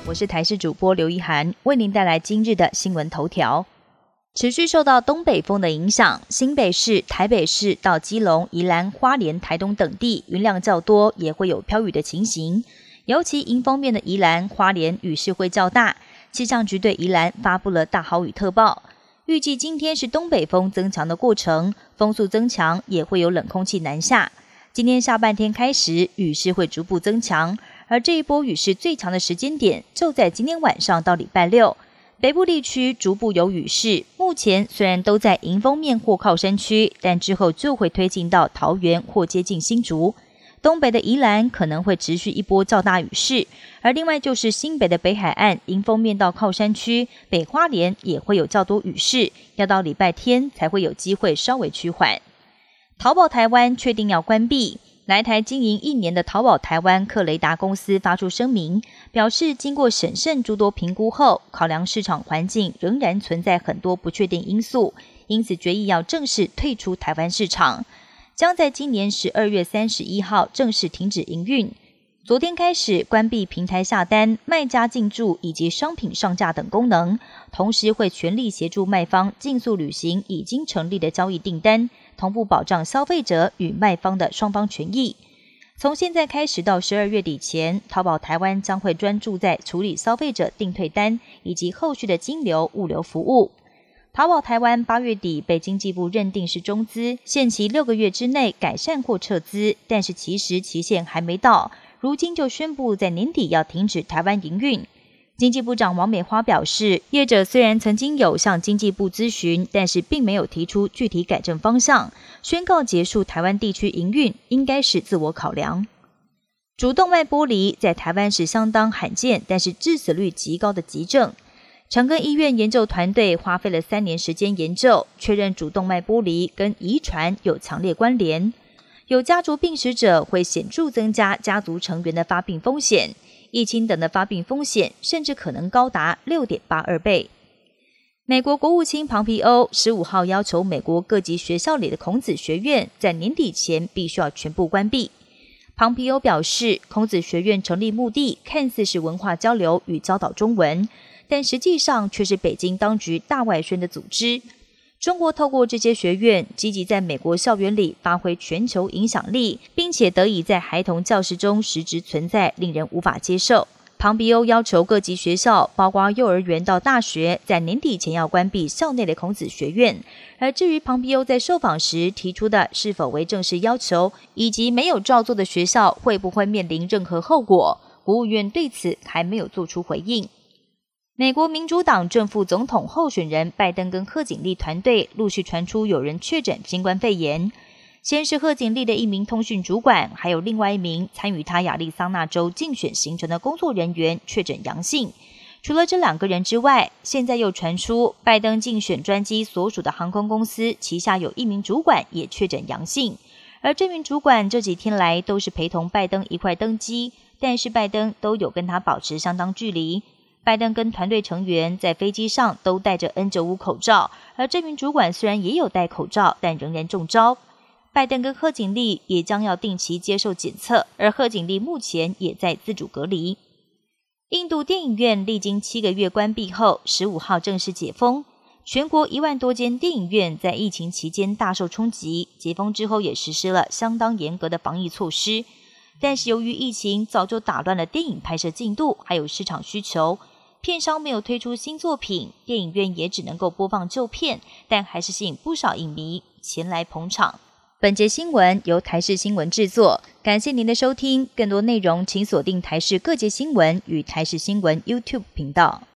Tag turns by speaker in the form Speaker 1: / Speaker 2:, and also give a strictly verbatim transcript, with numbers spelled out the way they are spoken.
Speaker 1: 我是台视主播刘一涵，为您带来今日的新闻头条。持续受到东北风的影响，新北市、台北市到基隆、宜兰、花莲、台东等地云量较多，也会有飘雨的情形。尤其迎风面的宜兰、花莲雨势会较大，气象局对宜兰发布了大豪雨特报。预计今天是东北风增强的过程，风速增强，也会有冷空气南下。今天下半天开始，雨势会逐步增强，而这一波雨势最强的时间点就在今天晚上到礼拜六。北部地区逐步有雨势，目前虽然都在迎风面或靠山区，但之后就会推进到桃园或接近新竹。东北的宜兰可能会持续一波较大雨势，而另外就是新北的北海岸迎风面到靠山区，北花莲也会有较多雨势，要到礼拜天才会有机会稍微趋缓。淘宝台湾确定要关闭，来台经营一年的淘宝台湾克雷达公司发出声明，表示经过审慎诸多评估后，考量市场环境仍然存在很多不确定因素，因此决议要正式退出台湾市场，将在今年十二月三十一号正式停止营运。昨天开始关闭平台下单、卖家进驻以及商品上架等功能，同时会全力协助卖方尽速履行已经成立的交易订单，同步保障消费者与卖方的双方权益。从现在开始到十二月底前，淘宝台湾将会专注在处理消费者订退单以及后续的金流物流服务。淘宝台湾八月底被经济部认定是中资，限期六个月之内改善或撤资，但是其实期限还没到，如今就宣布在年底要停止台湾营运。经济部长王美花表示，业者虽然曾经有向经济部咨询，但是并没有提出具体改正方向，宣告结束台湾地区营运应该是自我考量。主动脉剥离在台湾是相当罕见，但是致死率极高的急症。长庚医院研究团队花费了三年时间研究，确认主动脉剥离跟遗传有强烈关联，有家族病史者会显著增加家族成员的发病风险，疫情等的发病风险甚至可能高达 六点八二 倍。美国国务卿庞皮欧十五号要求美国各级学校里的孔子学院在年底前必须要全部关闭。庞皮欧表示，孔子学院成立目的看似是文化交流与教导中文，但实际上却是北京当局大外宣的组织。中国透过这些学院积极在美国校园里发挥全球影响力，并且得以在孩童教室中实质存在，令人无法接受。庞皮欧要求各级学校，包括幼儿园到大学，在年底前要关闭校内的孔子学院。而至于庞皮欧在受访时提出的是否为正式要求，以及没有照做的学校会不会面临任何后果，国务院对此还没有做出回应。美国民主党正副总统候选人拜登跟贺锦丽团队陆续传出有人确诊新冠肺炎，先是贺锦丽的一名通讯主管，还有另外一名参与他亚利桑那州竞选行程的工作人员确诊阳性。除了这两个人之外，现在又传出拜登竞选专机所属的航空公司旗下有一名主管也确诊阳性，而这名主管这几天来都是陪同拜登一块登机，但是拜登都有跟他保持相当距离。拜登跟团队成员在飞机上都戴着 N 九十五 口罩，而这名主管虽然也有戴口罩，但仍然中招。拜登跟贺锦丽也将要定期接受检测，而贺锦丽目前也在自主隔离。印度电影院历经七个月关闭后，十五号正式解封。全国一万多间电影院在疫情期间大受冲击，解封之后也实施了相当严格的防疫措施。但是由于疫情早就打乱了电影拍摄进度，还有市场需求，片商没有推出新作品，电影院也只能够播放旧片，但还是吸引不少影迷前来捧场。本节新闻由台视新闻制作，感谢您的收听，更多内容请锁定台视各节新闻与台视新闻 YouTube 频道。